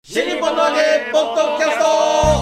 新日本の揚げポッドキャス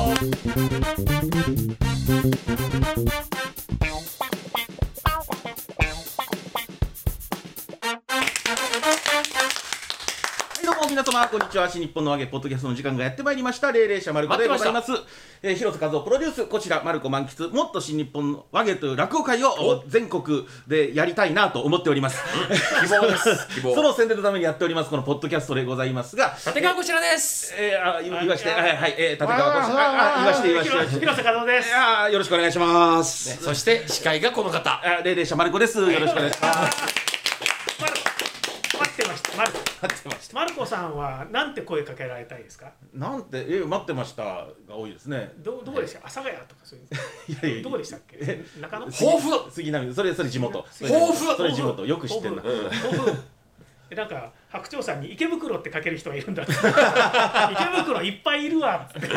ト。どうも皆様こんにちは。新日本の揚げポッドキャストの時間がやってまいりました。霊霊者マルコでございます。広瀬和夫プロデュース、こちらマルコ満喫もっと新日本の揚げという落語会を全国でやりたいなと思っております。 希望です希望。 その宣伝のためにやっておりますこのポッドキャストでございますが、 立川こちらです。 言わして、はい、立川こちら、言わして広瀬和夫です。 よろしくお願いします、 そして司会がこの方、 霊霊者マルコです。よろしくお願いします。 待ってました。マルコさんはなんて声かけられたいですか？ なんて待ってましたが多いですね。 どこでした？阿佐ヶ谷とかそういう。どこでしたっけ？中野？ 豊富。杉並。それ地元。 豊富。 それ地元。よく知ってんな。 なんか白鳥さんに池袋ってかける人がいるんだって。池袋いっぱいいるわって。ね。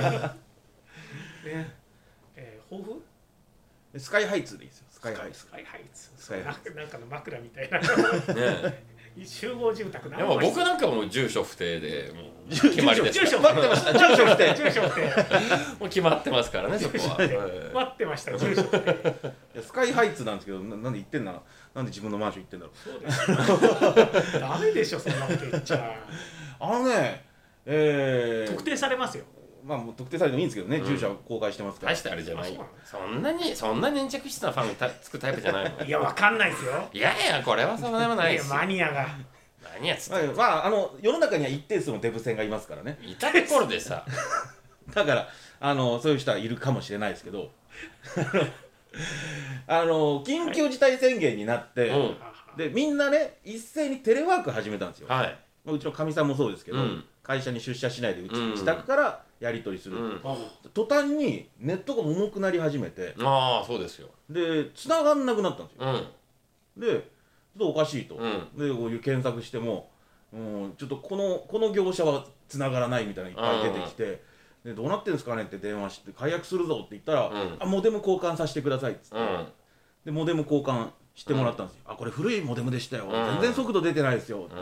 豊富？ スカイハイツでいいですよ。スカイハイツ。 なんかの枕みたいな。 ね。 集合住宅な。 でも僕なんかもう住所不定でもう決まりです。 住所待ってました。住所不定。 もう決まってますからねそこは。 待ってました。住所不定。 スカイハイツなんですけど、なんで言ってんな。なんで自分のマンション行ってんだろう。 そうです。ダメでしょそんなこと言っちゃ。特定されますよ。 まあもう特定されてもいいんですけどね、住所は公開してますから。 大してあれじゃない。そんな粘着質なファンつくタイプじゃないの。 いやわかんないですよ。 いやこれはそうでもないです。 マニアが。 何やつって。 まあ世の中には一定数のデブ戦がいますからね。 いたところでさ。 だからそういう人はいるかもしれないですけど、緊急事態宣言になって、でみんなね一斉にテレワーク始めたんですよ。 はい。 うちのかみさんもそうですけど、会社に出社しないで自宅からやり取りする、途端にネットが重くなり始めて、 そうですよ。 で繋がんなくなったんですよ。でちょっとおかしいと、でこういう検索しても、ちょっとこの業者は繋がらないみたいなのいっぱい出てきて、でどうなってんですかねって電話して解約するぞって言ったら、モデム交換させてくださいっつって、でモデム交換してもらったんですよ。これ古いモデムでしたよ、全然速度出てないですよって、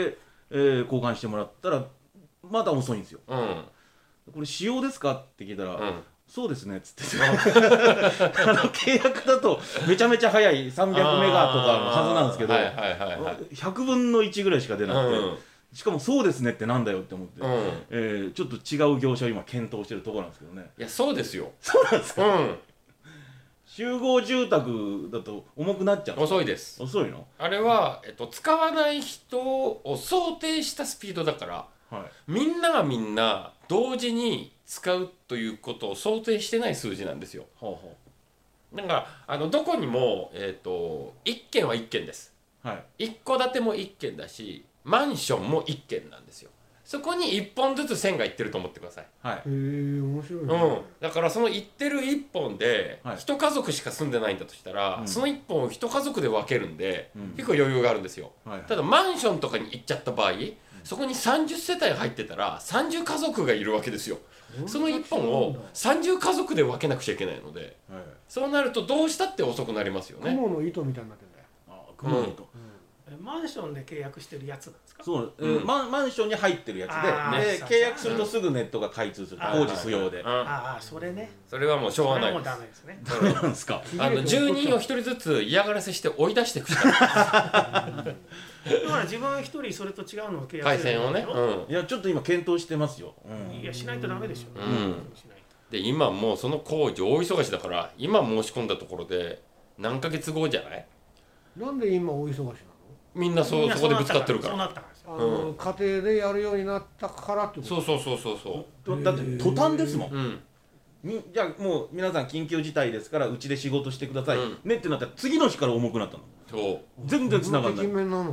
で、交換してもらったらまだ遅いんですよ。これ仕様ですかって聞いたら、そうですねっつって契約だとめちゃめちゃ速い300メガとかのはずなんですけど、100分の1ぐらいしか出なくて、しかもそうですねってなんだよって思って、ちょっと違う業者を今検討してるところなんですけどね。 いやそうですよ。 そうなんですか。集合住宅だと重くなっちゃう。 遅いです。 遅いの？ あれは、使わない人を想定したスピードだから、みんながみんな同時に使うということを想定してない数字なんですよ。だからどこにも、1軒は1軒です。一戸建ても1軒だし、マンションも1軒なんですよ。そこに1本ずつ線がいってると思ってください。 面白いね。 だからそのいってる1本で1家族しか住んでないんだとしたら、その1本を1家族で分けるんで、結構余裕があるんですよ。ただマンションとかに行っちゃった場合、そこに30世帯入ってたら30家族がいるわけですよ。その1本を30家族で分けなくちゃいけないので、そうなるとどうしたって遅くなりますよね。 雲の糸みたいになってるんだよ。 雲の糸。 マンションで契約してるやつなんですか？ そう、マンションに入ってるやつで、契約するとすぐネットが開通する、工事不要で。 それね。 それはもうしょうがないです。 それはもうダメですね。 そうなんですか。 住人を一人ずつ嫌がらせして追い出していくしかない。だから自分一人それと違うのを契約回線をね。 いやちょっと今検討してますよ。 いやしないとダメでしょ。 で今もうその工事大忙しだから、今申し込んだところで何ヶ月後じゃない？ なんで今大忙しなの？ みんなそこでぶつかってるから。 家庭でやるようになったからってこと？ そうだって途端ですもん。じゃあもう皆さん緊急事態ですからうちで仕事してくださいねってなったら次の日から重くなったの。 そう全然繋がんない。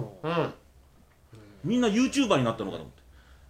みんな YouTuber になったのかと思って。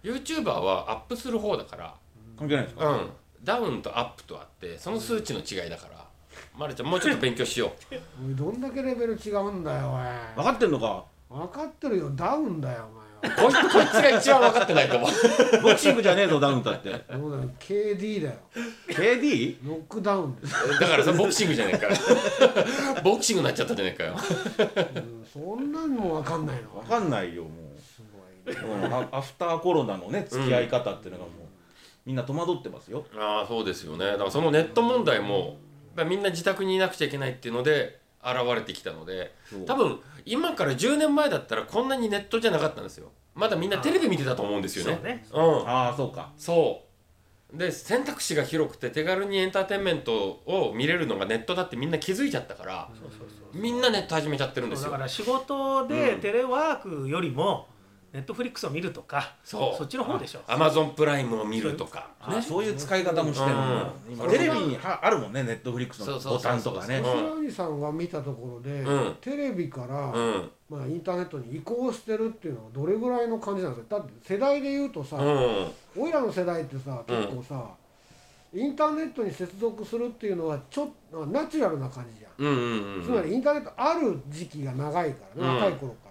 YouTuber はアップする方だから関係ないですか？ ダウンとアップとあってその数値の違いだから、まるちゃんもうちょっと勉強しよう。どんだけレベル違うんだよおい。 分かってんのか？ 分かってるよ。ダウンだよお前は。 こいつが一番分かってないと思う。 ボクシングじゃねえぞダウンだって。 そうだよ KD だよ。 KD？ ノックダウンです。 だからそれボクシングじゃねえかよ。ボクシングになっちゃったじゃねえかよ。 そんなにも分かんないの？ 分かんないよもう。 すアフターコロナのね付き合い方っていうのがもうみんな戸惑ってますよ。 ああそうですよね。だからそのネット問題もみんな自宅にいなくちゃいけないっていうので現れてきたので、多分今から10年前だったらこんなにネットじゃなかったんですよ。まだみんなテレビ見てたと思うんですよね。 ああそうか。 そうで選択肢が広くて手軽にエンターテインメントを見れるのがネットだってみんな気づいちゃったから、みんなネット始めちゃってるんですよ。 だから仕事でテレワークよりもネットフリックスを見るとか、そっちの方でしょ。 アマゾンプライムを見るとか、 そういう使い方もしてるの。テレビにあるもんね、ネットフリックスのボタンとかね。 白木さんが見たところで、テレビからインターネットに移行してるっていうのはどれぐらいの感じなんですか。だって世代で言うとさ、おいらの世代ってさ結構さ、インターネットに接続するっていうのはちょっとナチュラルな感じじゃん。つまりインターネットある時期が長いからね、若い頃から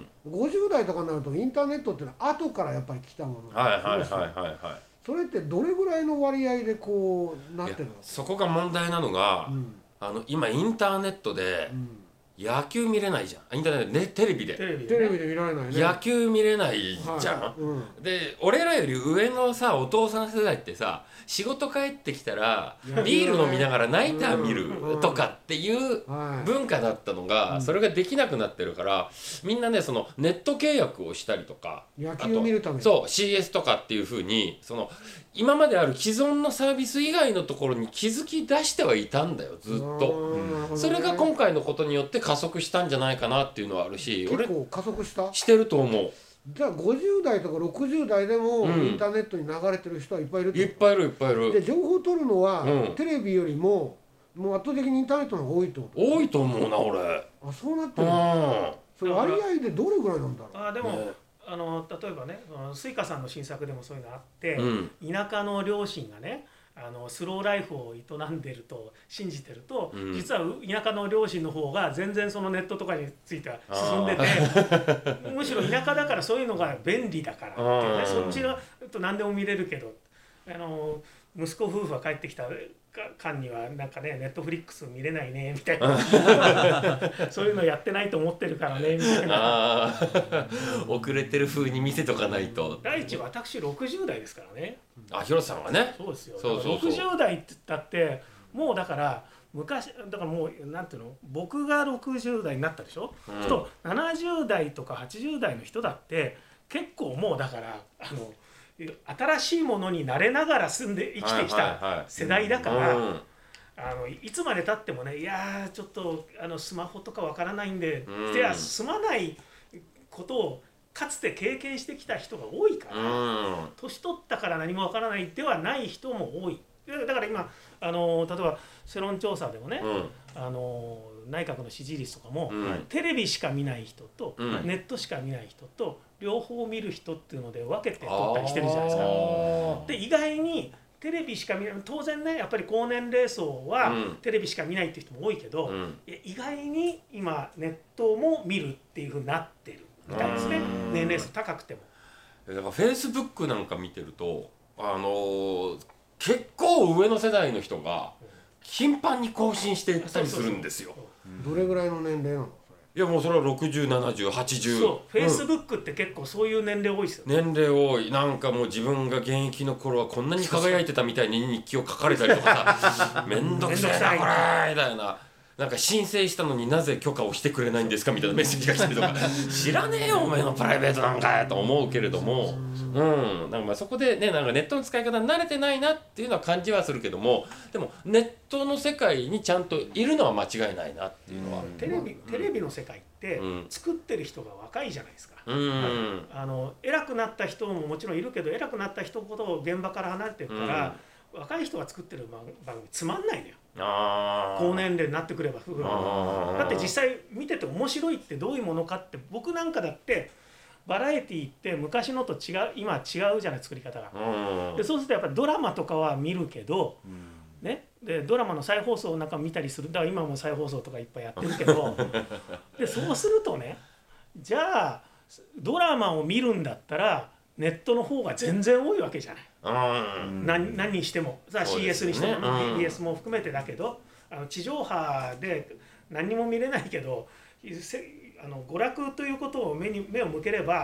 。50代とかになるとインターネットっていうのは後からやっぱり来たものなんですよ。それってどれぐらいの割合でこうなってるの？ そこが問題なのが、今インターネットで野球見れないじゃん。インターネットでテレビで見られないね。 野球見れないじゃん。で俺らより上のさお父さん世代ってさ仕事帰ってきたらビール飲みながらナイター見るとかっていう文化だったのがそれができなくなってるから、みんなねそのネット契約をしたりとか野球を見るためにそう CS とかっていう風にその今まである既存のサービス以外のところに気づき出してはいたんだよずっと。それが今回のことによって加速したんじゃないかなっていうのはあるし、 結構加速してると思う。 じゃあ50代とか60代でもインターネットに流れてる人はいっぱいいるっていっぱいいるいっぱいいる。 で情報を取るのはテレビよりももう圧倒的にインターネットの方が多いってこと？ 多いと思うな俺。 あ、そうなってる。それ割合でどれぐらいなんだろう。 でも例えばねスイカさんの新作でもそういうのあって、田舎の両親がねスローライフを営んでると信じてると、実は田舎の両親の方が全然そのネットとかについては進んでてむしろ田舎だからそういうのが便利だからっていうね、そっちのと何でも見れるけど息子夫婦が帰ってきた間にはなんかねネットフリックス見れないねみたいなそういうのやってないと思ってるからねみたいな遅れてる風に見せとかないと。 第一私60代ですからね。 広瀬さんはね。 そうですよ。60代って言ったってもうだから昔だからもうなんていうの僕が60代になったでしょ、と70代とか80代の人だって結構もうだから新しいものに慣れながら生きてきた世代だから、いつまでたってもねいやちょっとスマホとかわからないんで、いや済まないことをかつて経験してきた人が多いから、年取ったから何もわからないではない人も多い。だから今例えば世論調査でもね、内閣の支持率とかも、テレビしか見ない人と、ネットしか見ない人と両方見る人っていうので分けて取ったりしてるじゃないですか。で意外にテレビしか見ない当然ねやっぱり高年齢層はテレビしか見ないっていう人も多いけど、意外に今ネットも見るっていうふうになってるみたいですね、年齢層高くても。 だからフェイスブックなんか見てると結構上の世代の人が頻繁に更新していったりするんですよ。 どれぐらいの年齢なの？ いやもうそれは60、70、80。 そう、フェイスブックって結構そういう年齢多いですよね。 年齢多い。なんかもう自分が現役の頃はこんなに輝いてたみたいに日記を書かれたりとかさめんどくせえなこれみたいな。なんか申請したのになぜ許可をしてくれないんですかみたいなメッセージが来たりとか知らねえよお前のプライベートなんかと思うけれども、なんかまあそこでねなんかネットの使い方に慣れてないなっていうのは感じはするけども、でもネットの世界にちゃんといるのは間違いないなっていうのは。 テレビの世界って作ってる人が若いじゃないですか。偉くなった人ももちろんいるけど偉くなった人ほど現場から離れてるから、若い人が作ってる番組つまんないのよ。高年齢になってくればだって実際見てて面白いってどういうものかって、僕なんかだってバラエティーって昔のと違う今違うじゃない作り方が。でそうするとやっぱりドラマとかは見るけど、ね、でドラマの再放送なんか見たりする。だから今も再放送とかいっぱいやってるけどでそうするとね、じゃあドラマを見るんだったらネットの方が全然多いわけじゃない。何にしてもさ CS にしても BS も含めてだけど、地上波で何にも見れないけど娯楽ということを目を向ければ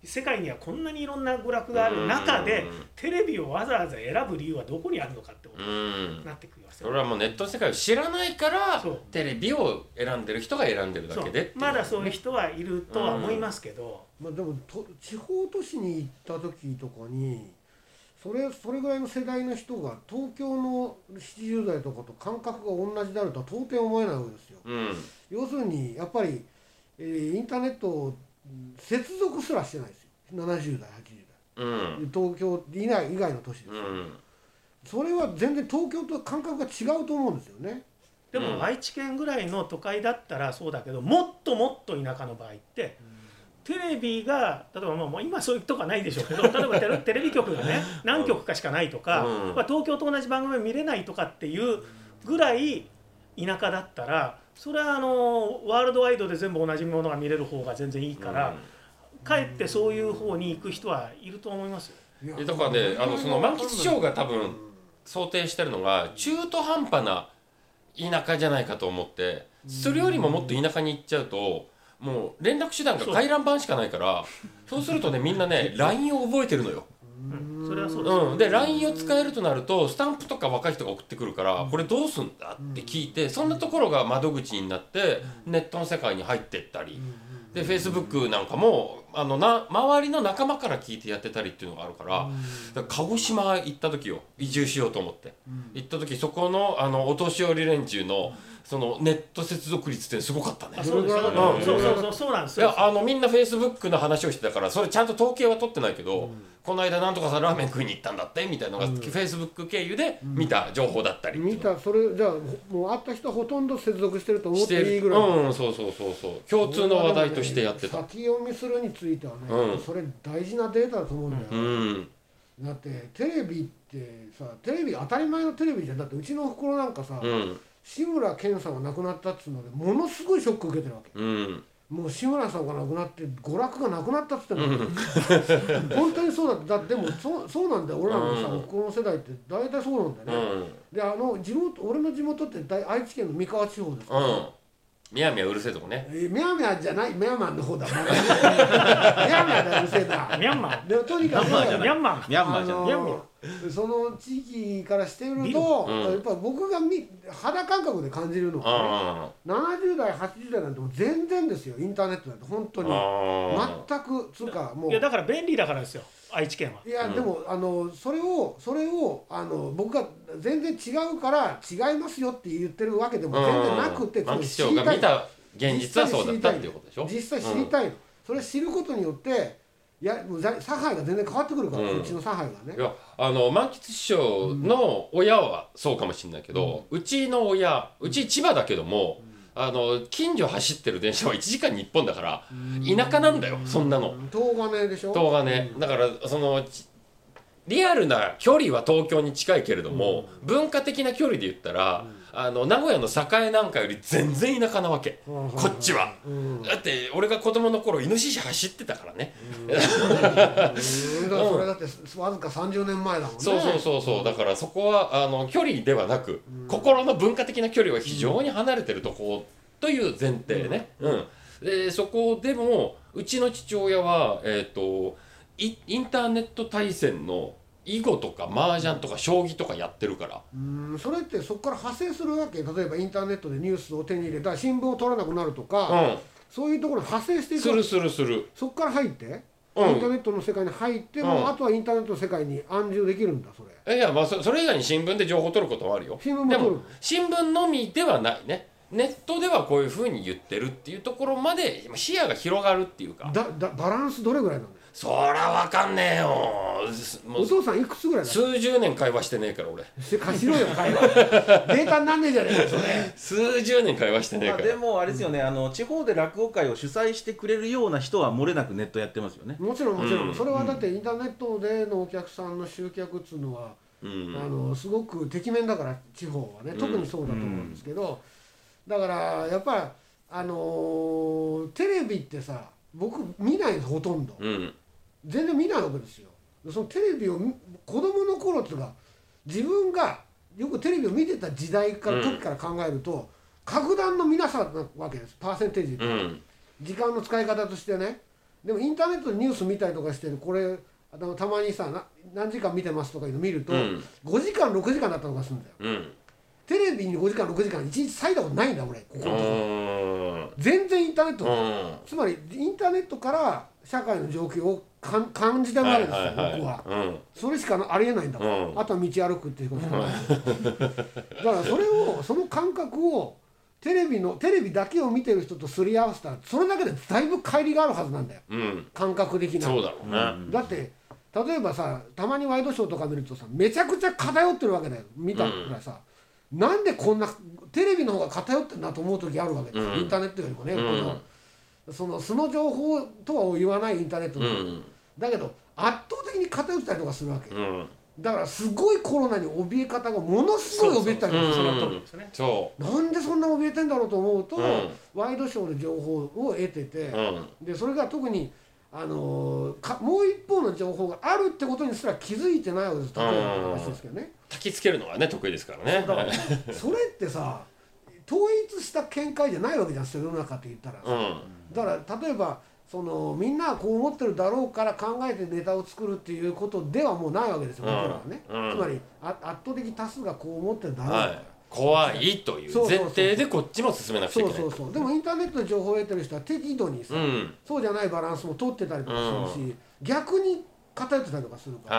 世界にはこんなにいろんな娯楽がある中でテレビをわざわざ選ぶ理由はどこにあるのかってことになってくるわけですよ。 それはもうネットの世界を知らないからテレビを選んでる人が選んでるだけでまだそういう人はいるとは思いますけど、 まあ、でも地方都市に行った時とかにそれぐらいの世代の人が東京の70代とかと感覚が同じであるとは到底思えないわけですよ。要するにやっぱり、インターネットを接続すらしてないですよ、70代80代、東京以外の都市ですよ、それは全然東京と感覚が違うと思うんですよね。 でも愛知県ぐらいの都会だったらそうだけど、もっともっと田舎の場合って、テレビが例えばもう今そういうとこはないでしょうけど、例えばテレビ局がね何局かしかないとか、東京と同じ番組を見れないとかっていうぐらい田舎だったら、それはワールドワイドで全部同じものが見れる方が全然いいから、かえってそういう方に行く人はいると思いますよ。 だからね、その満喫賞が多分想定してるのが中途半端な田舎じゃないかと思って、それよりももっと田舎に行っちゃうともう連絡手段が回覧板しかないから、そうするとねみんなね LINE を覚えてるのよ。 それはそうです、 で LINE を使えるとなるとスタンプとか若い人が送ってくるからこれどうすんだって聞いて、そんなところが窓口になってネットの世界に入ってったりで Facebook なんかも周りの仲間から聞いてやってたりっていうのがあるから、鹿児島行った時よ、移住しようと思って行った時、そこのお年寄り連中のそのネット接続率ってすごかったね。 そうなんですよ。 いやみんな Facebook の話をしてたから、それちゃんと統計は取ってないけど、この間なんとかさラーメン食いに行ったんだってみたいなのが Facebook 経由で見た情報だったり、 見た、それじゃあもう会った人はほとんど接続してると思っていいぐらい、 そう共通の話題としてやってた。 先読みするについてはね、それ大事なデータだと思うんだよ、だってテレビってさ、テレビ当たり前のテレビじゃん。だってうちのおふくろなんかさ、志村けんさんが亡くなったっつうのでものすごいショック受けてるわけ、もう志村さんが亡くなって娯楽がなくなったっつってんの本当にそうだって。でもそうなんだよ、俺らのさ、おふくろの世代って大体そうなんだよね、で俺の地元って愛知県の三河地方ですから、 ミヤミヤうるせえとこね。 ミヤミヤじゃない、ミヤマンの方だ。ミヤミヤだうるせえな。 ミャンマー。 でもとにかくミャンマーじゃない。 その地域からしてると、やっぱ僕が肌感覚で感じるのは、70代80代なんてもう全然ですよ、インターネットなんて本当に全くつうかもう。 いやだから便利だからですよ、愛知県は。 いやでもそれを僕が全然違うから違いますよって言ってるわけでも全然なくて、 満喫賞が見た現実はそうだったっていうことでしょ。 実際知りたいの、それ知ることによってもう差配が全然変わってくるから、うちの差配がね。 いや満喫師匠の親はそうかもしれないけど、うちの親、うち千葉だけども、近所走ってる電車は1時間に1本だから田舎なんだよ、そんなの。 東金でしょ。 東金だからそのリアルな距離は東京に近いけれども、文化的な距離で言ったら名古屋の栄なんかより全然田舎なわけ、こっちは、だって俺が子供の頃イノシシ走ってたからね。 それだってわずか30年前だもんね。 そうだからそこは距離ではなく、心の文化的な距離は非常に離れてるとこという前提ね。でそこでもうちの父親はインターネット対戦の囲碁とか麻雀とか将棋とかやってるから。 それってそこから派生するわけ。例えばインターネットでニュースを手に入れたら新聞を取らなくなるとか、そういうところに派生していく。 するそこから入って、インターネットの世界に入っても、あとはインターネットの世界に安住できるんだ。それいやそれ以外に新聞で情報を取ることもあるよ。 新聞も取る。 でも新聞のみではないね。ネットではこういうふうに言ってるっていうところまで視野が広がるっていうか。 バランスどれぐらいなの？ そりゃ分かんねえよ。 お父さんいくつぐらいだ？ 数十年会話してねえから俺。 貸しろよ会話。データになんねえじゃねえかそれ。 数十年会話してねえから。 でもあれですよね、地方で落語会を主催してくれるような人は漏れなくネットやってますよね。 もちろん、それはだってインターネットでのお客さんの集客っていうのは、すごくてきめんだから、地方はね特にそうだと思うんですけど、だからやっぱりテレビってさ、僕見ないのほとんど、全然見ないわけですよ。そのテレビを子供の頃っていうか、自分がよくテレビを見てた時代から、時から考えると格段の皆さんなわけです。パーセンテージで、時間の使い方としてね。 でもインターネットでニュース見たりとかしてるこれたまにさ何時間見てますとかいうの見ると、5時間6時間だったりとかするんだよ、テレビに5時間6時間1日割いたことないんだ俺ここのとこ全然インターネット、つまりインターネットから社会の状況を感じてるわけですよ、僕は、それしかありえないんだから、あとは道歩くっていうことしかないだからその感覚をテレビだけを見てる人とすり合わせたらそれだけでだいぶ乖離があるはずなんだよ、感覚的な。 そうだろうね、 だって例えばさたまにワイドショーとか見るとさめちゃくちゃ偏ってるわけだよ見たらさ、なんでこんなテレビの方が偏ってんだと思う時あるわけです、インターネットよりもね、その素の情報とは言わないインターネットだけど圧倒的に偏ったりとかするわけ、だからすごいコロナに怯え方がものすごい怯えたりとかする、なんでそんな怯えてんだろうと思うと、ワイドショーで情報を得てて、でそれが特にもう一方の情報があるってことにすら気づいてないわけです、例えばの話ですけどね。 焚きつけるのがね得意ですからね。 それってさ統一した見解じゃないわけじゃん世の中って言ったら、だから例えばみんなはこう思ってるだろうから考えてネタを作るっていうことではもうないわけですよ、僕らはね、つまり圧倒的多数がこう思ってるだろうから、 怖いという前提でこっちも進めなくちゃいけない。 そうでもインターネットで情報を得てる人は適度にさ、そうじゃないバランスも取ってたりとかするし、逆に偏ってたりとかするから、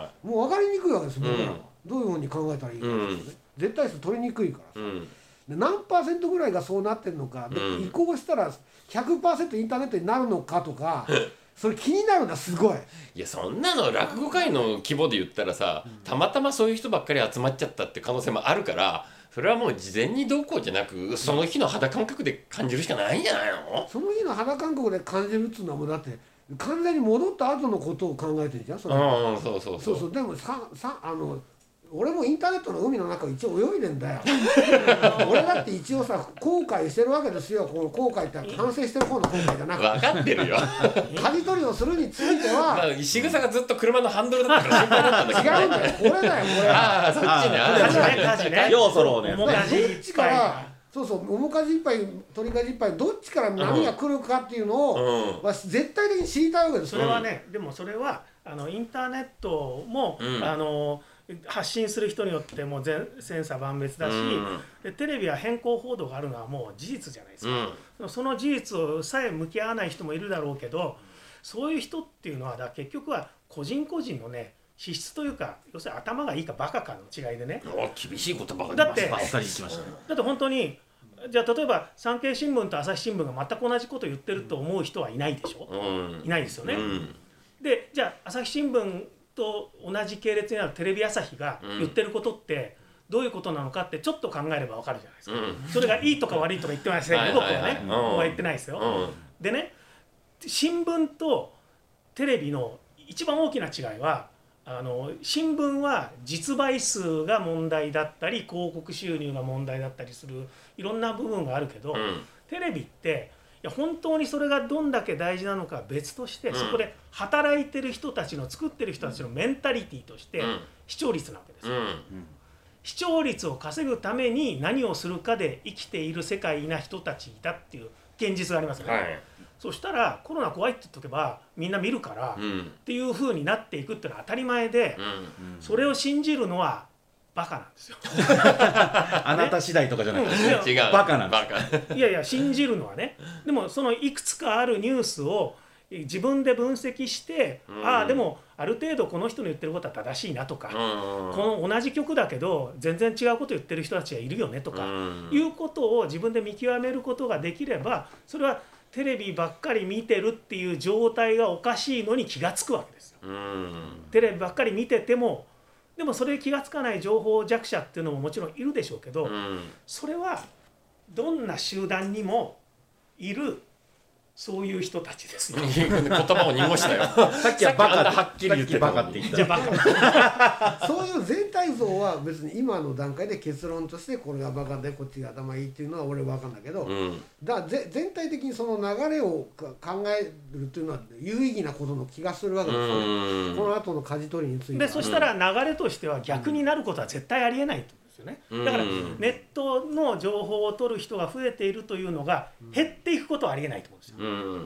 もう分かりにくいわけですよ、僕らはどういうふうに考えたらいいかですね、絶対数取りにくいからさ、何%ぐらいがそうなってるのか、移行したら 100% インターネットになるのかとかそれ気になるんだすごい。 いやそんなの落語界の規模で言ったらさ、たまたまそういう人ばっかり集まっちゃったって可能性もあるから、それはもう事前にどうこうじゃなくその日の肌感覚で感じるしかないんじゃないの。 その日の肌感覚で感じるっつうのはもうだって完全に戻った後のことを考えてるじゃんそれ。そうでも俺もインターネットの海の中を一応泳いでんだよ俺だって一応さ後悔してるわけですよ。この後悔って反省してる方の後悔じゃなくて、 分かってるよ舵取りをするについては石草がずっと車のハンドルだったから心配だったんだけど、 違うんだよこれだよこれ。 ああそっちね、 要素をねどっちから面かじいっぱい鳥かじいっぱいどっちから何が来るかっていうのを絶対的に知りたいわけですよ。それはね、でもそれはインターネットも発信する人によっても千差万別だし、でテレビは変更報道があるのはもう事実じゃないですか、その事実をさえ向き合わない人もいるだろうけど、そういう人っていうのは結局は個人個人のね資質というか、要するに頭がいいかバカかの違いでね。 厳しい言葉がだって本当にじゃあ例えば産経新聞と朝日新聞が全く同じことを言ってると思う人はいないでしょ、いないですよね、でじゃあ朝日新聞と同じ系列にあるテレビ朝日が言ってることってどういうことなのかってちょっと考えれば分かるじゃないですか、それがいいとか悪いとか言ってませんけど、僕はね、僕は言ってないですよ、でね、新聞とテレビの一番大きな違いは新聞は実売数が問題だったり広告収入が問題だったりするいろんな部分があるけど、テレビっていや本当にそれがどんだけ大事なのかは別として、そこで働いてる人たちの作ってる人たちのメンタリティーとして視聴率なわけですよ、視聴率を稼ぐために何をするかで生きている世界な人たちだっていう現実がありますよね、そしたらコロナ怖いって言っとけばみんな見るから、っていう風になっていくっていうのは当たり前で、それを信じるのはバカなんですよあなた次第とかじゃなくて、 違うバカなんです。 いや信じるのはね、でもそのいくつかあるニュースを自分で分析して、でもある程度この人の言ってることは正しいなとか、この同じ曲だけど全然違うこと言ってる人たちがいるよねとか、いうことを自分で見極めることができれば、それはテレビばっかり見てるっていう状態がおかしいのに気がつくわけですよ。テレビばっかり見てても、でもそれ気がつかない情報弱者っていうのももちろんいるでしょうけど、それはどんな集団にもいるそういう人たちですよ。 言葉を濁したよさっきはバカはっきり言ってたバカって言った。 じゃあバカそういう全体像は別に今の段階で結論としてこれがバカでこっちが頭いいっていうのは俺分かんだけど、全体的にその流れを考えるっていうのは有意義なことの気がするわけですよね、この後の舵取りについては。 でそしたら流れとしては逆になることは絶対ありえないと。だからネットの情報を取る人が増えているというのが減っていくことはありえないと思うんですよ、ね、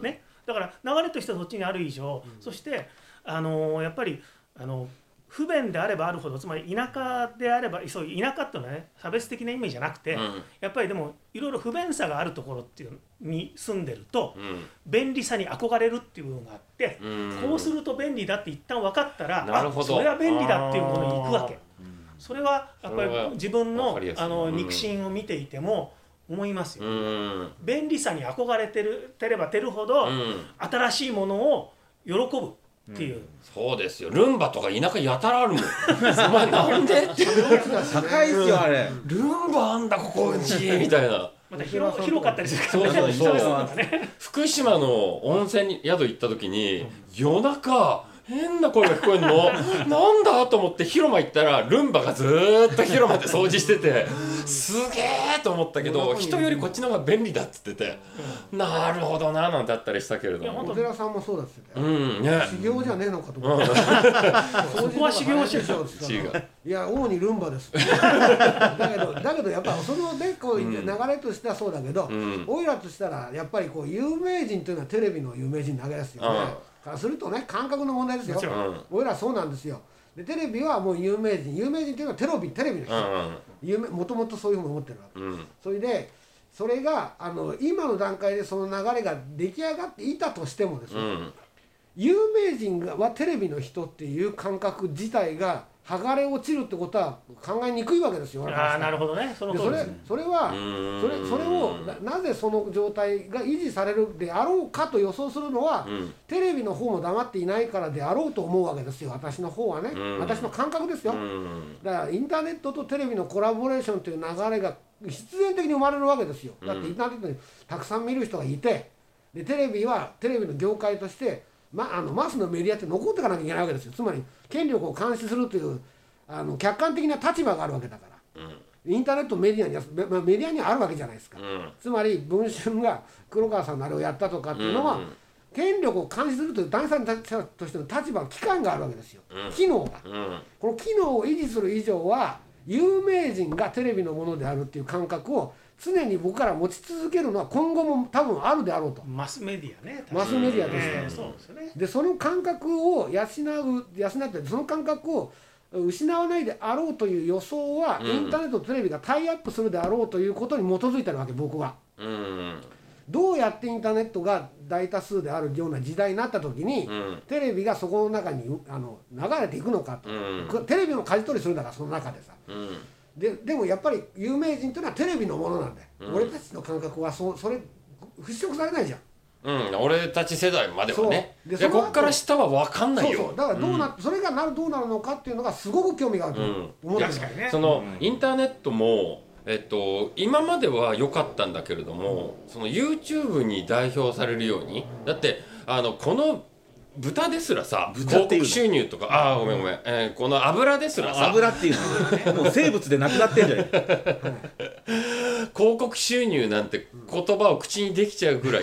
だから流れとしてはそっちにある以上、そしてやっぱり不便であればあるほど、つまり田舎であれば、そういう田舎っていうのはね差別的な意味じゃなくて、やっぱりでもいろいろ不便さがあるところっていうに住んでると、便利さに憧れるっていう部分があって、こうすると便利だって一旦分かったら、それは便利だっていうものに行くわけ。それはやっぱり自分の肉親を見ていても思いますよ。便利さに憧れてればてるほど、新しいものを喜ぶっていう、 そうですよ。ルンバとか田舎やたらあるもん。お前なんでって高いですよあれ。 ルンバあんだここうちみたいな。 また広かったりするからね。 そう福島の温泉に宿行った時に夜中変な声が聞こえるのなんだと思って広間行ったらルンバがずーっと広間で掃除しててすげーと思ったけど、人よりこっちの方が便利だっつってて、なるほどななんてあったりしたけれども、 お寺さんもそうだっつって修行じゃねえのかと思って、そこは修行しようって言ったら、いや主にルンバですだけどやっぱそのねこう流れとしてはそうだけど、おいらとしたらやっぱりこう有名人というのはテレビの有名人投げですよね。からするとね感覚の問題ですよ。俺らそうなんですよ。でテレビはもう有名人っていうのはテレビの人、もともとそういうふうに思ってるわけ、それでそれが今の段階でその流れが出来上がっていたとしてもですね、有名人はテレビの人っていう感覚自体が剥がれ落ちるってことは考えにくいわけですよ。 なるほどね。それはそれをなぜその状態が維持されるであろうかと予想するのは、テレビの方も黙っていないからであろうと思うわけですよ。私の方はね、私の感覚ですよ。だからインターネットとテレビのコラボレーションという流れが必然的に生まれるわけですよ。だってインターネットにたくさん見る人がいて、でテレビの業界としてマスのメディアって残っていかなきゃいけないわけですよ。つまり権力を監視するという客観的な立場があるわけだから、インターネットメディアにはあるわけじゃないですか、つまり文春が黒川さんのあれをやったとかっていうのは、権力を監視するという第三者としての立場機関があるわけですよ、機能が、この機能を維持する以上は有名人がテレビのものであるっていう感覚を常に僕から持ち続けるのは今後も多分あるであろうと。 マスメディアね。 マスメディアとして、でその感覚を養ってその感覚を失わないであろうという予想は、インターネットとテレビがタイアップするであろうということに基づいてるわけ僕は。どうやってインターネットが大多数であるような時代になった時に、テレビがそこの中に流れていくのかと、テレビの舵取りするんだからその中でさ。でもやっぱり有名人というのはテレビのものなんだよ、俺たちの感覚はそれ払拭されないじゃん。 俺たち世代まではね。でこっから下は分かんないよ。 そうだからそれがどうなるのかっていうのがすごく興味があると思ってる。 そのインターネットも今までは良かったんだけれども、その YouTube に代表されるように、だってこの豚ですらさ、広告収入とか、ごめん、この油ですらさ、 油っていうのはもう生物でなくなってんじゃない広告収入なんて言葉を口にできちゃうぐらい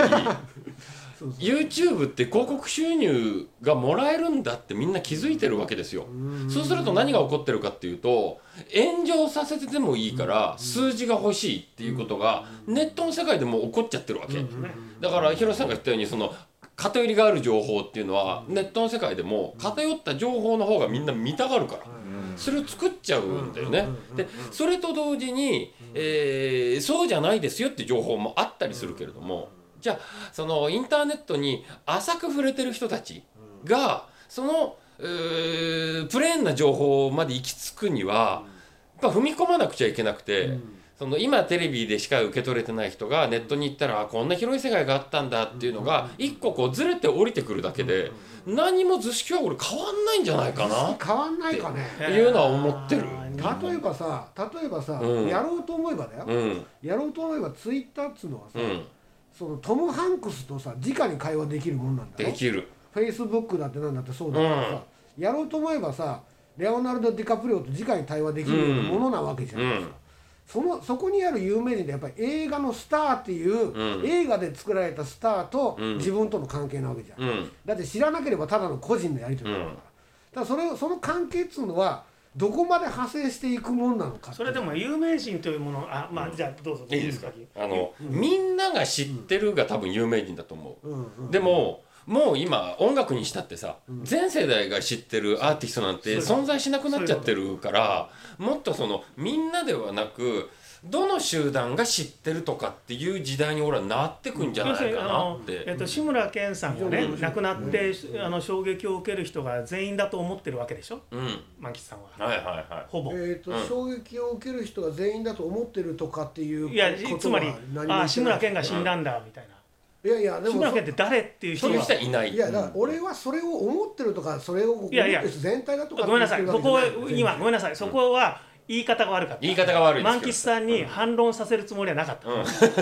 YouTube って広告収入がもらえるんだってみんな気づいてるわけですよ。そうすると何が起こってるかっていうと、炎上させてでもいいから数字が欲しいっていうことがネットの世界でも起こっちゃってるわけだから、広瀬さんが言ったようにその偏りがある情報っていうのはネットの世界でも偏った情報の方がみんな見たがるから、それを作っちゃうんだよね。でそれと同時に、そうじゃないですよって情報もあったりするけれども、じゃあそのインターネットに浅く触れてる人たちがそのプレーンな情報まで行き着くにはやっぱ踏み込まなくちゃいけなくて、その今テレビでしか受け取れてない人がネットに行ったらこんな広い世界があったんだっていうのが一個こうずれて降りてくるだけで、何も図式は俺変わんないんじゃないかな変わんないかねっていうのは思ってる。 例えばさ、やろうと思えばだよ、やろうと思えばツイッターっつうのはさ、そのトム・ハンクスとさ直に会話できるもんなんだよ。 できる。 フェイスブックだってなんだってそうだからさ、やろうと思えばさレオナルド・ディカプリオと直に対話できるようなものなわけじゃないですか。そこにある有名人でやっぱり映画のスターっていう、映画で作られたスターと自分との関係なわけじゃん、だって知らなければただの個人のやり取りだから、ただその関係っつうのはどこまで派生していくもんなのか。 それでも有名人というものまあじゃあどうぞ。 いいですか。みんなが知ってるが多分有名人だと思う。でももう今音楽にしたってさ、全世代が知ってるアーティストなんて存在しなくなっちゃってるから、もっとみんなではなくどの集団が知ってるとかっていう時代に俺はなってくんじゃないかなって。 志村けんさんがね亡くなって衝撃を受ける人が全員だと思ってるわけでしょ、万吉さんは。 はいはいはい。 ほぼ。 衝撃を受ける人が全員だと思ってるとかっていうことは、 つまり志村けんが死んだんだみたいな。 いやいやでも志村けんって誰っていう人がいない。 いやだから俺はそれを思ってるとかそれを全体だとかごめんなさい、そこは今ごめんなさい、そこは言い方が悪かった。 言い方が悪いです。 万吉さんに反論させるつもりはなかった。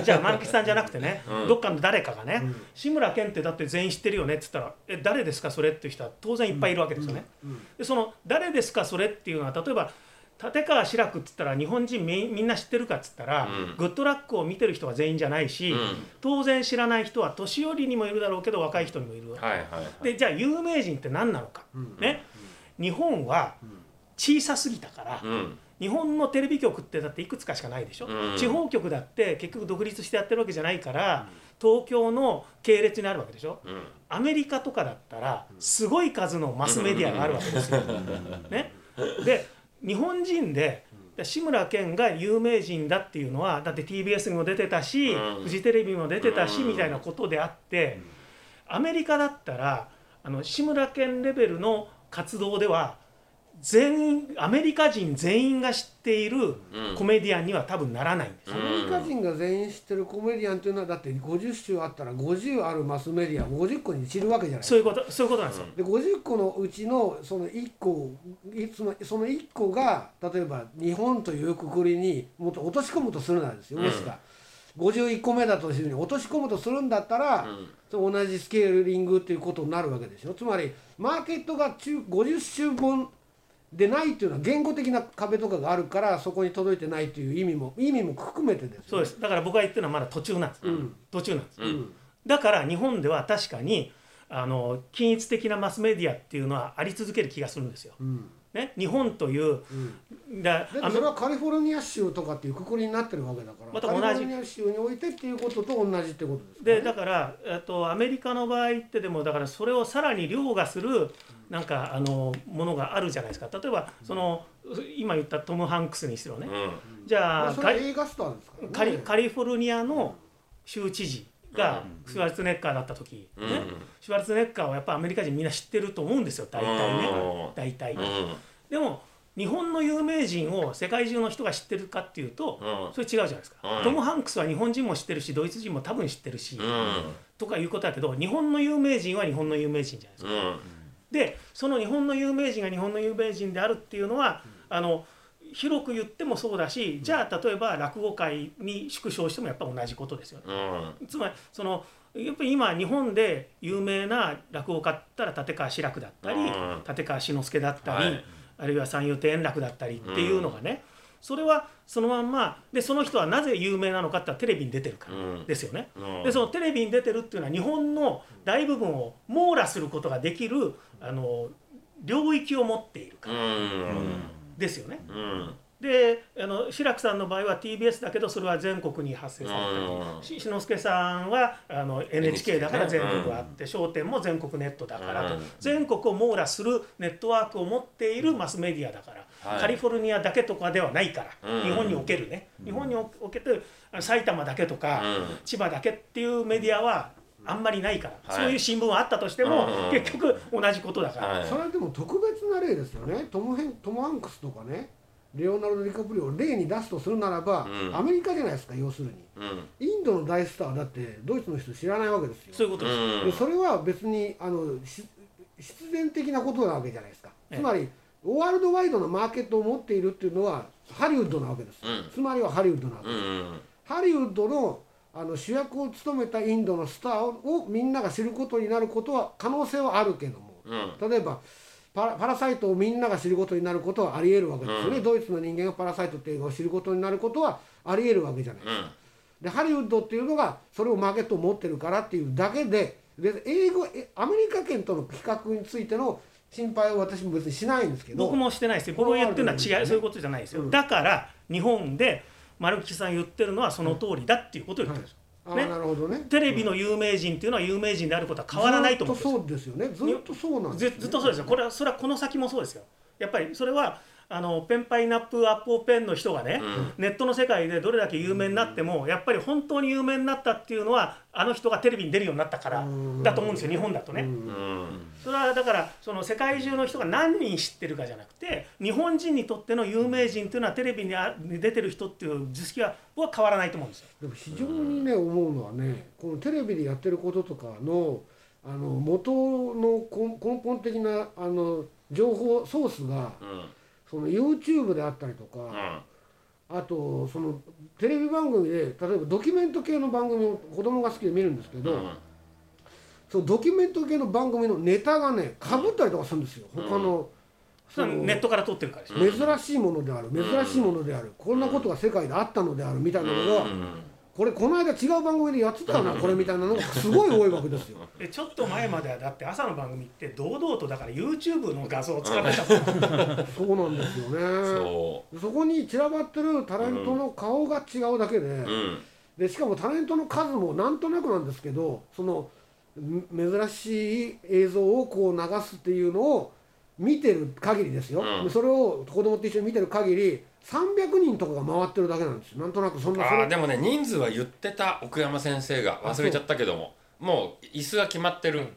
じゃあ万吉さんじゃなくてね、どっかの誰かがね、志村けんってだって全員知ってるよねって言ったら、誰ですかそれっていう人は当然いっぱいいるわけですよね。でその誰ですかそれっていうのは、例えば立川志らくって言ったら日本人みんな知ってるかっつったら、グッドラックを見てる人は全員じゃないし、当然知らない人は年寄りにもいるだろうけど若い人にもいるわけで、じゃあ有名人って何なのか、ね、日本は小さすぎたから、日本のテレビ局ってだっていくつかしかないでしょ、地方局だって結局独立してやってるわけじゃないから、東京の系列にあるわけでしょ、アメリカとかだったらすごい数のマスメディアがあるわけですよ、ね、で日本人で志村けんが有名人だっていうのはだって TBS にも出てたし、フジテレビにも出てたしみたいなことであって、アメリカだったら志村けんレベルの活動ではアメリカ人全員が知っているコメディアンには多分ならないんです。 アメリカ人が全員知ってるコメディアンというのはだって50州あったら50あるマスメディア50個に知るわけじゃないですか。 そういうことなんですよ。 で50個のうちのその1個が例えば日本というくくりにもっと落とし込むとするならですよ、もしか51個目だというふうに落とし込むとするんだったら、同じスケーリングっていうことになるわけでしょ。つまりマーケットが50州分でないっていうのは言語的な壁とかがあるからそこに届いてないという意味も含めてですよね。 そうです。だから僕が言ってるのはまだ途中なんです、途中なんです、だから日本では確かに均一的なマスメディアっていうのはあり続ける気がするんですよ、ね、日本という、 でもそれはカリフォルニア州とかっていうくくりになってるわけだから、 また同じカリフォルニア州においてっていうことと同じってことですか、 ね、でだからアメリカの場合ってでもだからそれをさらに凌駕するなんかものがあるじゃないですか。例えば今言ったトム・ハンクスにしろね、じゃあそれ映画スターですからね。 カリフォルニアの州知事がシュワルツェネッガーだった時、ね、シュワルツェネッガーはやっぱアメリカ人みんな知ってると思うんですよ、大体ね、大体。でも日本の有名人を世界中の人が知ってるかっていうと、それ違うじゃないですか、トム・ハンクスは日本人も知ってるしドイツ人も多分知ってるし、とかいうことだけど、日本の有名人は日本の有名人じゃないですか、でその日本の有名人が日本の有名人であるっていうのは広く言ってもそうだし、じゃあ例えば落語界に縮小してもやっぱ同じことですよね、つまりやっぱり今日本で有名な落語家だったら立川志らくだったり、立川志の輔だったり、あるいは三遊亭円楽だったりっていうのがね、それはそのまんまで、その人はなぜ有名なのかって言ったらテレビに出てるからですよね、でそのテレビに出てるっていうのは日本の大部分を網羅することができる領域を持っているからですよね、で志らくさんの場合は TBS だけどそれは全国に発生されたり、志の輔さんはNHK だから全国あって、笑点も全国ネットだからと、全国を網羅するネットワークを持っているマスメディアだから、カリフォルニアだけとかではないから、日本におけるね、日本におけて埼玉だけとか、千葉だけっていうメディアはあんまりないから、そういう新聞はあったとしても、結局同じことだから、 それはでも特別な例ですよね。トム・ハンクスとかね、レオナルド・ディカプリオを例に出すとするならば、アメリカじゃないですか。要するに、インドの大スターだってドイツの人知らないわけですよ。 そういうことです。 でそれは別に必然的なことなわけじゃないですか。つまりワールドワイドなマーケットを持っているっていうのはハリウッドなわけです、つまりはハリウッドなわけです、ハリウッドの主役を務めたインドのスターをみんなが知ることになることは可能性はあるけども、例えばパラサイトをみんなが知ることになることはありえるわけですよね、ドイツの人間がパラサイトっていう映画を知ることになることはありえるわけじゃないですか、でハリウッドっていうのがそれをマーケットを持ってるからっていうだけで、アメリカ圏との比較についての心配を私も別にしないんですけど、 僕もしてないですよ。僕が言ってるのは違う、そういうことじゃないですよ。だから日本で丸木さん言ってるのはその通りだっていうことを言ってるんですよ。ね、 なるほどね。 テレビの有名人っていうのは有名人であることは変わらないと思うんですよ。 ずっとそうですよね。ずっとそうなんですよ、 ずっとそうですよ。それはこの先もそうですよ。やっぱりそれはペンパイナップアップペンの人がね、ネットの世界でどれだけ有名になってもやっぱり本当に有名になったっていうのはあの人がテレビに出るようになったからだと思うんですよ、日本だとね。それはだからその世界中の人が何人知ってるかじゃなくて、日本人にとっての有名人っていうのはテレビに出てる人っていう図式は僕は変わらないと思うんですよ。 でも非常にね思うのはね、このテレビでやってることとかの元の根本的な情報ソースが、その YouTube であったりとか、あとそのテレビ番組で例えばドキュメント系の番組を子供が好きで見るんですけど、そのドキュメント系の番組のネタがねかぶったりとかするんですよ、他の。 ネットから撮ってるからです珍しいものである、珍しいものである、こんなことが世界であったのであるみたいなのが、この間違う番組でやってたよなこれみたいなのがすごい多いわけですよ。 ちょっと前まではだって朝の番組って堂々とだから YouTube の画像を使ってたからそうなんですよね。そこに散らばってるタレントの顔が違うだけで、しかもタレントの数もなんとなくなんですけど、その珍しい映像をこう流すっていうのを見てる限りですよ、それを子供と一緒に見てる限り300人とかが回ってるだけなんですよ。なんとなくそんな。 でもね、人数は言ってた奥山先生が、忘れちゃったけども、もう椅子が決まってるって、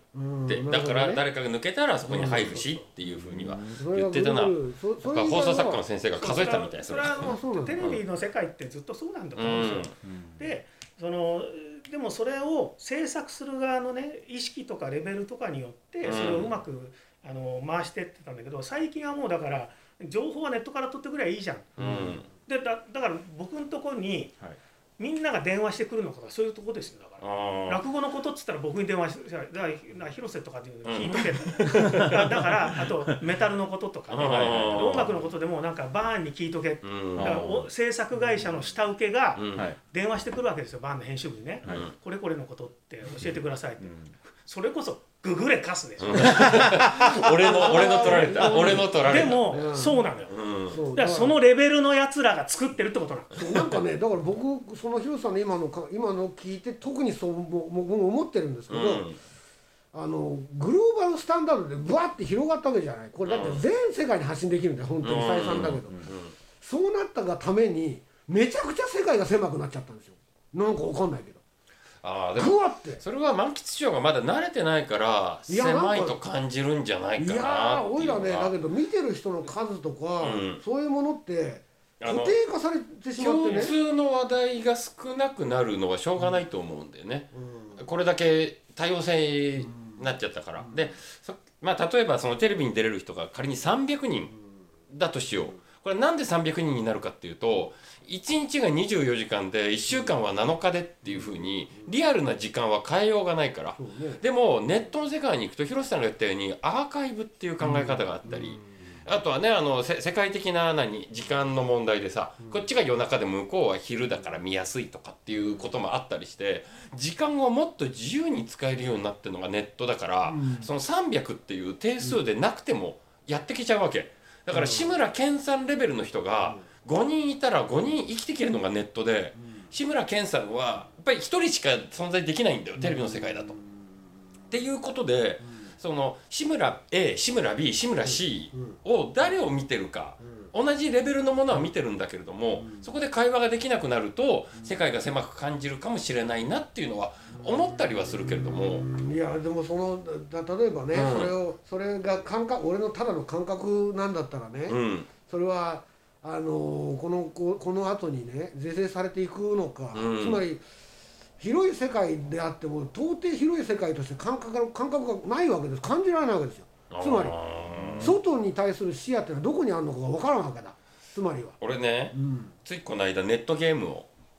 だから誰かが抜けたらそこに入るしっていうふうには言ってたな。放送作家の先生が数えたみたいです。 それはテレビの世界ってずっとそうなんだと思うんですよ。ででもそれを制作する側のね意識とかレベルとかによってそれをうまく回してってたんだけど、最近はもうだから情報はネットから取ってくればいいじゃん。でだから僕のところにみんなが電話してくるのかそういうとこですよ。だから落語のことっつったら僕に電話してだから広瀬とかで聞いとけだからあとメタルのこととかね、音楽のことでもなんかバーンに聞いとけ、だから制作会社の下請けが電話してくるわけですよ、バーンの編集部にね、これこれのことって教えてくださいって。それこそググれカスでしょ俺の取られたでも、そうなのよ、だからそのレベルのやつらが作ってるってことなの。 なんかね、だから僕その広瀬さんの今の聞いて特にそう僕も思ってるんですけど、グローバルスタンダードでブワッて広がったわけじゃない。これだって全世界に発信できるんだよ、本当に再三だけど、そうなったがためにめちゃくちゃ世界が狭くなっちゃったんですよ。なんかわかんないけど。 でもそれは満喫賞がまだ慣れてないから狭いと感じるんじゃないかなっていうのが。 いやおいらね、だけど見てる人の数とか、そういうものって固定化されてしまってね、 共通の話題が少なくなるのはしょうがないと思うんだよね、これだけ多様性になっちゃったから。で例えばそのテレビに出れる人が仮に300人だとしよう。これなんで300人になるかっていうと、1日が24時間で1週間は7日でっていう風にリアルな時間は変えようがないから。でもネットの世界に行くと広瀬さんが言ったようにアーカイブっていう考え方があったり、あとはね世界的な時間の問題でさ、こっちが夜中で向こうは昼だから見やすいとかっていうこともあったりして、時間をもっと自由に使えるようになってるのがネットだから、その300っていう定数でなくてもやってきちゃうわけだから、志村けんさんレベルの人が5人いたら5人生きてきるのがネットで、志村けんさんはやっぱり1人しか存在できないんだよ、テレビの世界だと。っていうことで、その志村 A、志村 B、志村 C を誰を見てるか、同じレベルのものは見てるんだけれども、そこで会話ができなくなると世界が狭く感じるかもしれないなっていうのは思ったりはするけれども。 いやでも例えばね、それが俺のただの感覚なんだったらね、それはこの後にね是正されていくのか、つまり広い世界であっても到底広い世界として感覚がないわけです。感じられないわけですよ。つまり外に対する視野っていうのはどこにあるのかが分からんわけだ。つまりは俺ね、ついこの間ネットゲームを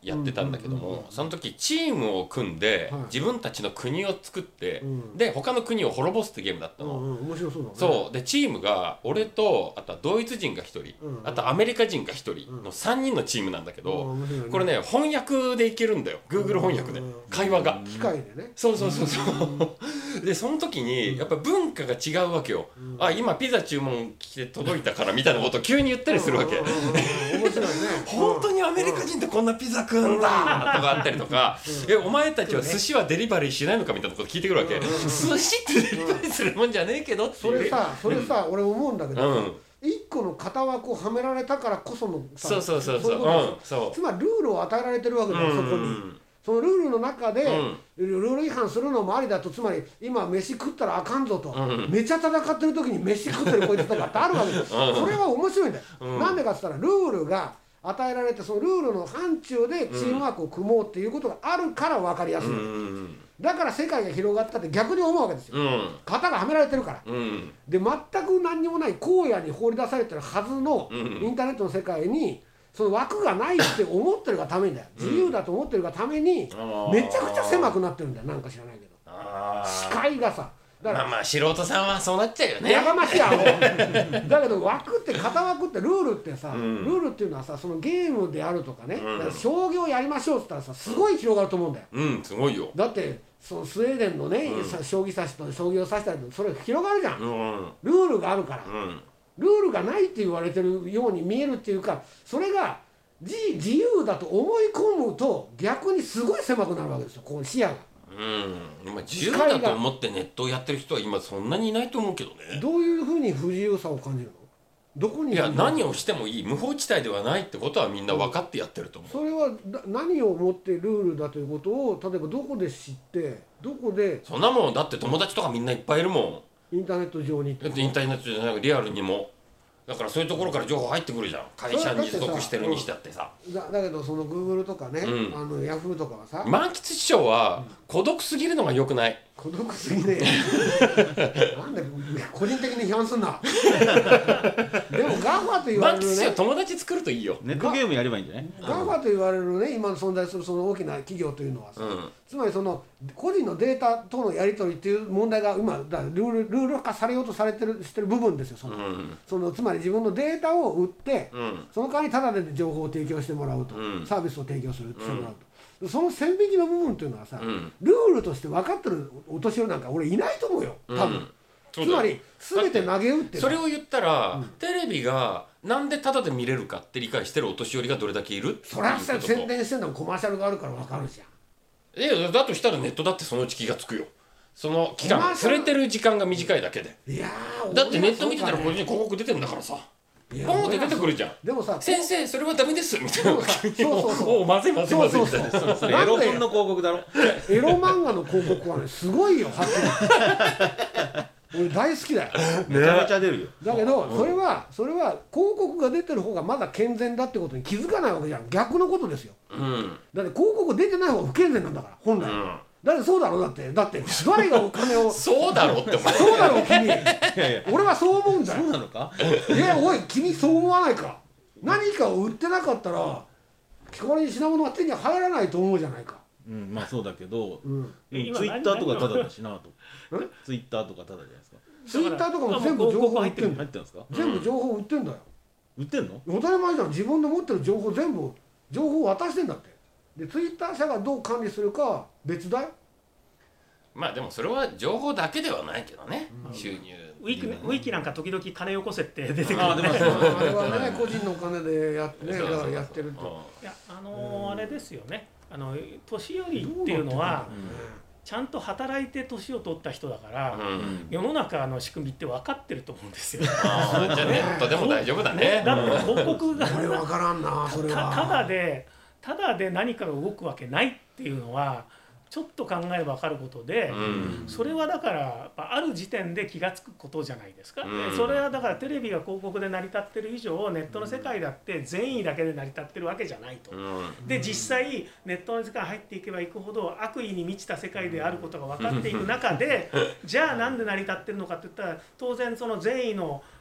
やってたんだけども、その時チームを組んで自分たちの国を作って、で他の国を滅ぼすってゲームだったの。 面白そうだね。 そうでチームが俺とあとはドイツ人が1人、あとアメリカ人が1人の3人のチームなんだけど、これね翻訳でいけるんだよ、 Google 翻訳で会話が機械でね。 そうでその時にやっぱ文化が違うわけよ。あ、今ピザ注文来て届いたからみたいなことを急に言ったりするわけ。 面白いね。 本当にアメリカ人ってこんなピザ食うんだとかあったりとか、お前たちは寿司はデリバリーしないのかみたいなこと聞いてくるわけ。寿司ってデリバリーするもんじゃねえけどってそれさ俺思うんだけど、一個の型枠をはめられたからこそのさ、 そうつまりルールを与えられてるわけだよ、そこに。そのルールの中で、ルール違反するのもありだと、つまり今飯食ったらあかんぞと、めちゃ戦ってる時に飯食ってるこいつとかってあるわけです。それは面白いんだよ。なんでかっつったらルールが与えられて、そのルールの範疇でチームワークを組もうっていうことがあるから分かりやすい。だから世界が広がったって逆に思うわけですよ。型がはめられてるから。で全く何にもない荒野に放り出されてるはずのインターネットの世界にその枠がないって思ってるがためにだよ。自由だと思ってるがためにめちゃくちゃ狭くなってるんだよ。なんか知らないけど視界がさ。 だからまあ素人さんはそうなっちゃうよね。 やがましやろ。だけど枠って型枠ってルールってさ、ルールっていうのはさ、そのゲームであるとかね、将棋をやりましょうって言ったらさ、すごい広がると思うんだよ。 すごいよ。 だってそのスウェーデンのね、将棋指しと将棋を指したりとそれ広がるじゃん。ルールがあるから。ルールがないって言われてるように見えるっていうか、それが自由だと思い込むと逆にすごい狭くなるわけですよ、こう視野が。 今自由だと思ってネットをやってる人は今そんなにいないと思うけどね。 どういうふうに不自由さを感じるの？どこに？ いや、何をしてもいい無法地帯ではないってことはみんな分かってやってると思う。 それは何をもってルールだということを例えばどこで知って、どこで。 そんなもんだって友達とかみんないっぱいいるもん。インターネット上に。 だってインターネットじゃないリアルにも。だからそういうところから情報入ってくるじゃん。会社に属してるにしてあってさ。 だけどその Google とかね、ヤフーとかはさ、 満喫師匠は孤独すぎるのが良くない。 孤独すぎねえ。なんで個人的に批判すんな。でもガファと言われるね。満喫師匠友達作るといいよ。 ネットゲームやればいいんじゃない？ ガファと言われるね、今の存在するその大きな企業というのはさ、つまりその個人のデータとのやり取りっていう問題が今ルール化されようとしてる部分ですよ。そのつまり自分のデータを売って、その代わりタダで情報を提供してもらうと、サービスを提供してもらうと。その線引きの部分っていうのはさ、ルールとして分かってるお年寄りなんか俺いないと思うよ、多分。つまり全て投げ打ってそれを言ったら、テレビがなんでタダで見れるかって理解してるお年寄りがどれだけいる？ そりゃ宣伝してんのもコマーシャルがあるから分かるじゃん。 だとしたらネットだってそのうち気がつくよ。その期間触れてる時間が短いだけで。だってネット見てたらこれに広告出てんだからさ。ポンって出てくるじゃん。 でもさ、 先生それはダメですみたいな。おおまずいまずいまずいみたいな。 それエロ本の広告だろ。 エロ漫画の広告はねすごいよ、はっきり。俺大好きだよ。 めちゃめちゃ出るよ。 だけどそれは広告が出てる方がまだ健全だってことに気づかないわけじゃん。逆のことですよ。だって広告出てない方が不健全なんだから本来。だってそうだろ。だって誰がお金をそうだろってお前。 そうだろ君。俺はそう思うんだよ。 そうなのか？ おい君そう思わないか。何かを売ってなかったら代わりに品物は手に入らないと思うじゃないか。 まあそうだけど、ツイッターとかタダだしなと。ツイッターとかタダじゃないですか。 ツイッターとかも全部情報売ってるんですか？ 全部情報売ってんだよ。 売ってんの？ 当たり前じゃん。自分で持ってる情報全部情報を渡してんだって。でツイッター社がどう管理するかは別だよ。 まあでもそれは情報だけではないけどね、収入。 ウィキなんか時々金よこせって出てくる。 あれはね個人のお金でやってね、だからやってると。 いやあれですよね。年寄りっていうのはちゃんと働いて年を取った人だから、世の中の仕組みって分かってると思うんですよ。 じゃあネットでも大丈夫だね。 だって広告がこれ分からんな。それはただで何かが動くわけないっていうのはちょっと考えれば分かることで、それはだからある時点で気が付くことじゃないですか。それはだからテレビが広告で成り立ってる以上ネットの世界だって善意だけで成り立ってるわけじゃないと。で実際ネットの世界に入っていけばいくほど悪意に満ちた世界であることが分かっていく中でじゃあなんで成り立ってるのかって言ったら当然その善意の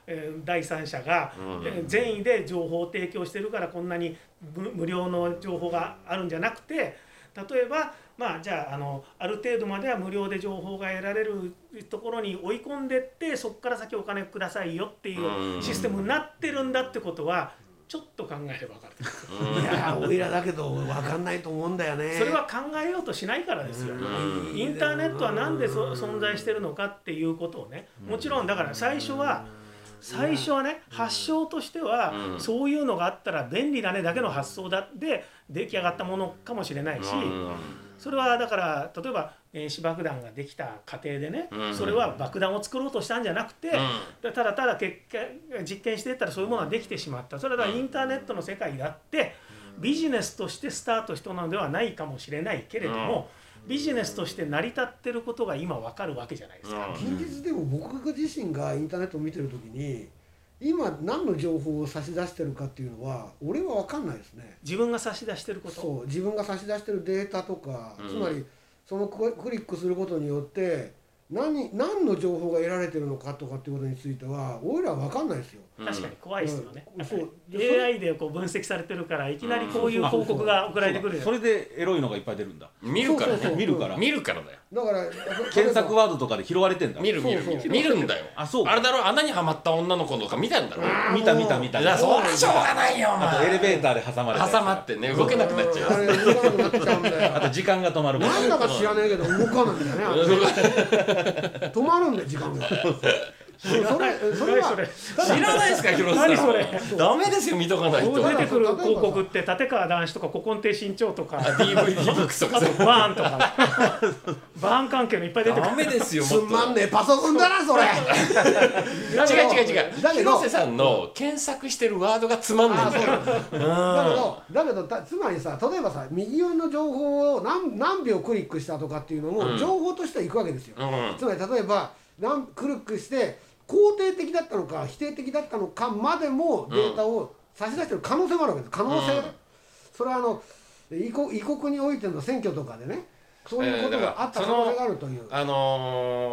第三者が善意で情報を提供してるからこんなに無料の情報があるんじゃなくて、例えばじゃあある程度までは無料で情報が得られるところに追い込んでってそこから先お金くださいよっていうシステムになってるんだってことはちょっと考えれば分かる。 いやおいらだけど分かんないと思うんだよね。 それは考えようとしないからですよ。インターネットはなんで存在してるのかっていうことをね、もちろんだから最初はね、発祥としてはそういうのがあったら便利だねだけの発想で出来上がったものかもしれないし、それはだから例えば原子爆弾ができた過程でね、それは爆弾を作ろうとしたんじゃなくて、ただただ実験していったらそういうものができてしまった。それはインターネットの世界があってビジネスとしてスタートしたのではないかもしれないけれども、ビジネスとして成り立ってることが今分かるわけじゃないですか。 近日でも僕自身がインターネットを見てるときに今何の情報を差し出してるかっていうのは俺は分かんないですね。 自分が差し出してること、 そう自分が差し出してるデータとか、つまりそのクリックすることによって何の情報が得られてるのかとかっていうことについては俺らは分かんないですよ。 確かに怖いですよね。AI でこう分析されてるからいきなりこういう広告が送られてくる。 それでエロいのがいっぱい出るんだ。 見るからね。 見るからだよ。 だから検索ワードとかで拾われてんだ。 見るんだよ。 あ、そう。 あれだろ、穴にはまった女の子とか見たんだろ。 見た。 いや、そりゃしょうがないよお前。 あとエレベーターで挟まってね、動けなくなっちゃう。 あと時間が止まる。 なんだか知らないけど動かないんだよね。止まるんだよ時間が。それは知らないですか広瀬さん。 何それ。 ダメですよ見とかないと。 出てくる広告って立川談志とか古今亭新潮とか DVD ブックスとかバーンとかバーン関係のいっぱい出てくる。 ダメですよ。 つまんねえパソコンだなそれ。 違う。広瀬さんの検索してるワードがつまんないんだよ。 だけどつまりさ、例えばさ右上の情報を何秒クリックしたとかっていうのも情報としてはいくわけですよ。つまり例えばクリックして肯定的だったのか否定的だったのかまでもデータを差し出してる可能性もあるわけです。可能性、それは異国においての選挙とかでね、そういうことがあった可能性があるという。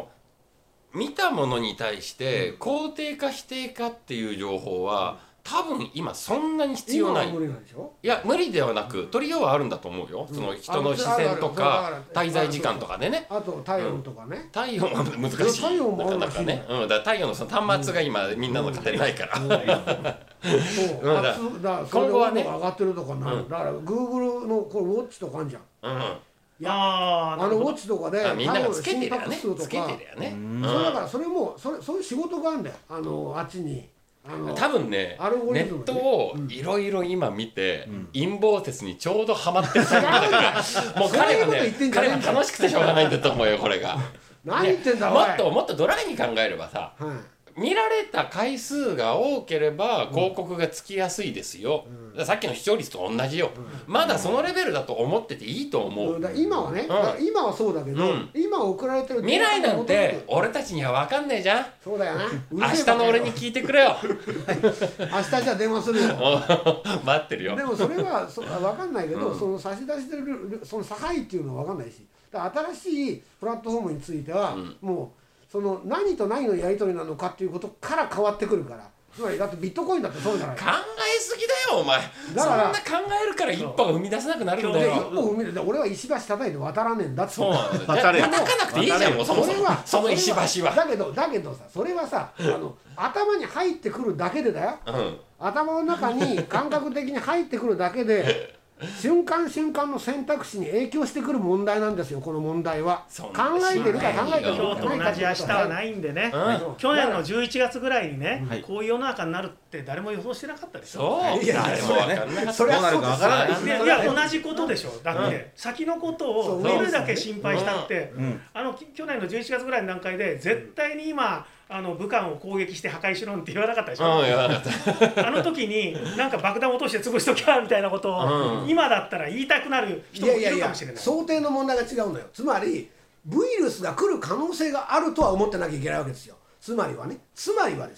見たものに対して肯定か否定かっていう情報は多分今そんなに必要ない。いや無理ではなく取りようはあるんだと思うよ。その人の視線とか滞在時間とかでね。 あと体温とかね。 体温は難しい。なかなかね。だから太陽のその端末が今みんなの家庭ないから。 今後はね上がってるとかなる。だから Google のこれウォッチとかあるじゃん。いやウォッチとかでみんながつけてるよね。 つけてるよね。だからそれもそういう仕事があるんだよ。あっちに。 多分ねネットをいろいろ今見て陰謀説にちょうどハマってる人だからもう彼は楽しくてしょうがないんだと思うよこれが。 何言ってんだもっとドライに考えればさ、見られた回数が多ければ広告がつきやすいですよ。さっきの視聴率と同じよ。まだそのレベルだと思ってていいと思う。 今はね、今はそうだけど、今送られてる未来なんて俺たちには分かんねえじゃん。 そうだよね。 明日の俺に聞いてくれよ。 明日じゃ電話するよ。 待ってるよ。 でもそれは分かんないけど、その差し出してるその差配っていうのは分かんないし、新しいプラットフォームについてはもうその何と何のやり取りなのかっていうことから変わってくるから。つまりだってビットコインだってそうじゃない。 考えすぎだよお前。そんな考えるから一歩が踏み出せなくなるんだよ。 一歩踏み出せ、俺は石橋叩いて渡らねえんだって。 そうなんだ。叩かなくていいじゃんもうそもそも。その石橋は。 だけどさ、それはさ頭に入ってくるだけでだよ。頭の中に感覚的に入ってくるだけで瞬間瞬間の選択肢に影響してくる問題なんですよ。この問題は考えてるか考えてるか今日と同じ明日はないんでね、去年の11月ぐらいにね、こういう世の中になるって誰も予想してなかったでしょ。 そう。いやそれはそうです。 いや同じことでしょ。だって先のことをどれだけ心配したって去年の11月ぐらいの段階で絶対に今武漢を攻撃して破壊しろって言わなかったでしょ。あの時になんか爆弾落として潰しときゃみたいなことを今だったら言いたくなる人もいるかもしれない。 想定の問題が違うんだよ。つまりウイルスが来る可能性があるとは思ってなきゃいけないわけですよ。つまりはですよ。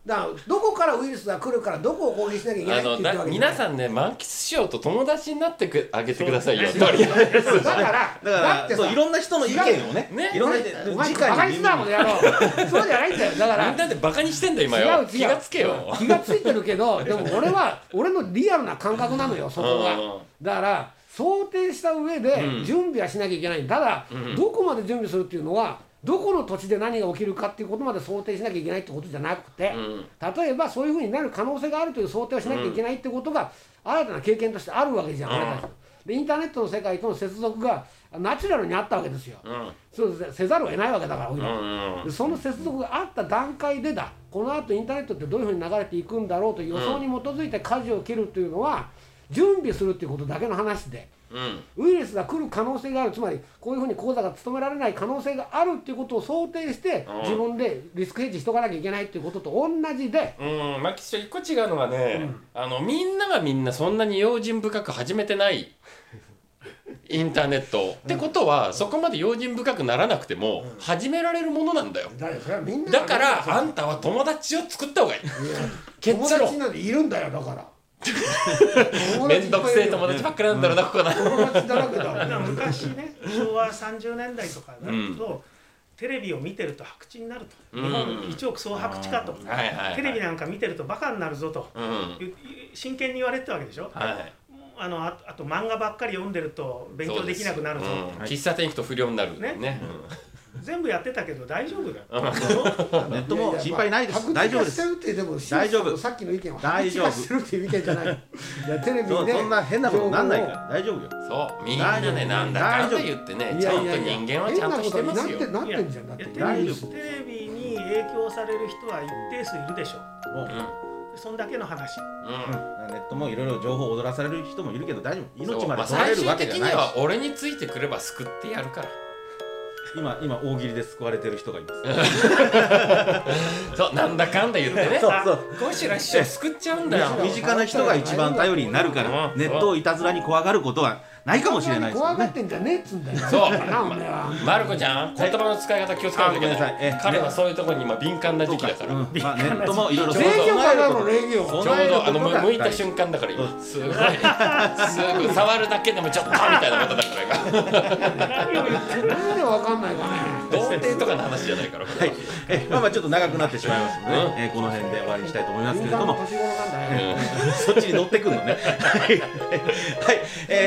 だからどこからウイルスが来るからどこを攻撃しなきゃいけないって言ってるわけ皆さんね満喫しようと友達になってあげてくださいよ。とりあえずだからそういろんな人の意見をねいろんなお前バカにすなもんやろそうじゃないんだよ。だからみんなでバカにしてんだよ今よ。気がつけよ。 気がついてるけどでも俺のリアルな感覚なのよそこが。だから想定した上で準備はしなきゃいけない。ただどこまで準備するっていうのはどこの土地で何が起きるかっていうことまで想定しなきゃいけないってことじゃなくて、例えばそういうふうになる可能性があるという想定をしなきゃいけないってことが新たな経験としてあるわけじゃん、俺たちでインターネットの世界との接続がナチュラルにあったわけですよ、そうせざるを得ないわけだから、でその接続があった段階でだこのあとインターネットってどういうふうに流れていくんだろうという予想に基づいて舵を切るというのは準備するっていうことだけの話で。ウイルスが来る可能性がある、つまりこういうふうに口座が務められない可能性があるっていうことを想定して自分でリスクヘッジしとかなきゃいけないっていうことと同じで、 マキショ一個違うのはね、みんながみんなそんなに用心深く始めてないインターネットってことはそこまで用心深くならなくても始められるものなんだよ。だからあんたは友達を作った方がいい。 友達なんているんだよ。だからめんどくせえ友達ばっかりなんだろうな、ここな。 昔ね昭和30年代とかになると、テレビを見てると白痴になると、日本一億総白痴かと、テレビなんか見てるとバカになるぞと、真剣に言われてたわけでしょ。あと漫画ばっかり読んでると勉強できなくなるぞ、 喫茶店行くと不良になるね。 全部やってたけど大丈夫だよ。 ネットも心配ないです。大丈夫です。大丈夫。 さっきの意見は白痴化してるっていう意見じゃない。いやテレビでそんな変なことなんないから大丈夫よ。 そうみんなねなんだかんだ言ってねちゃんと人間はちゃんとしてますよ。 なってんじゃん。だってテレビに影響される人は一定数いるでしょ。そんだけの話。 ネットもいろいろ情報を踊らされる人もいるけど大丈夫。命まで取られるわけじゃない。 最終的には俺についてくれば救ってやるから。 今大喜利で救われてる人がいます。 そうなんだかんだ言ってね。ゴシラ師匠救っちゃうんだよ。 身近な人が一番頼りになるから、ネットをいたずらに怖がることはないかもしれないですよね。 怖がってんじゃねえっつんだよ。 そう。マルコちゃん、言葉の使い方気をつけないといけない。彼はそういうところに今敏感な時期だから。 ネットもいろいろ。 礼儀を考えろ礼儀を。 ちょうど向いた瞬間だから今。すごい。すぐ触るだけでもちょっとみたいなことだから今。 なんでわかんないかね。 童貞とかの話じゃないから。 はい。まあちょっと長くなってしまいますので、この辺で終わりにしたいと思いますけれども。そっちに乗ってくんのね。はい。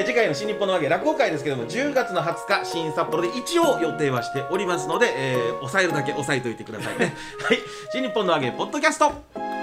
次回の新日本のわけ落語会ですけども10月の20日新札幌で一応予定はしておりますので、抑えるだけ抑えといてくださいね。はい。新日本のわけポッドキャスト。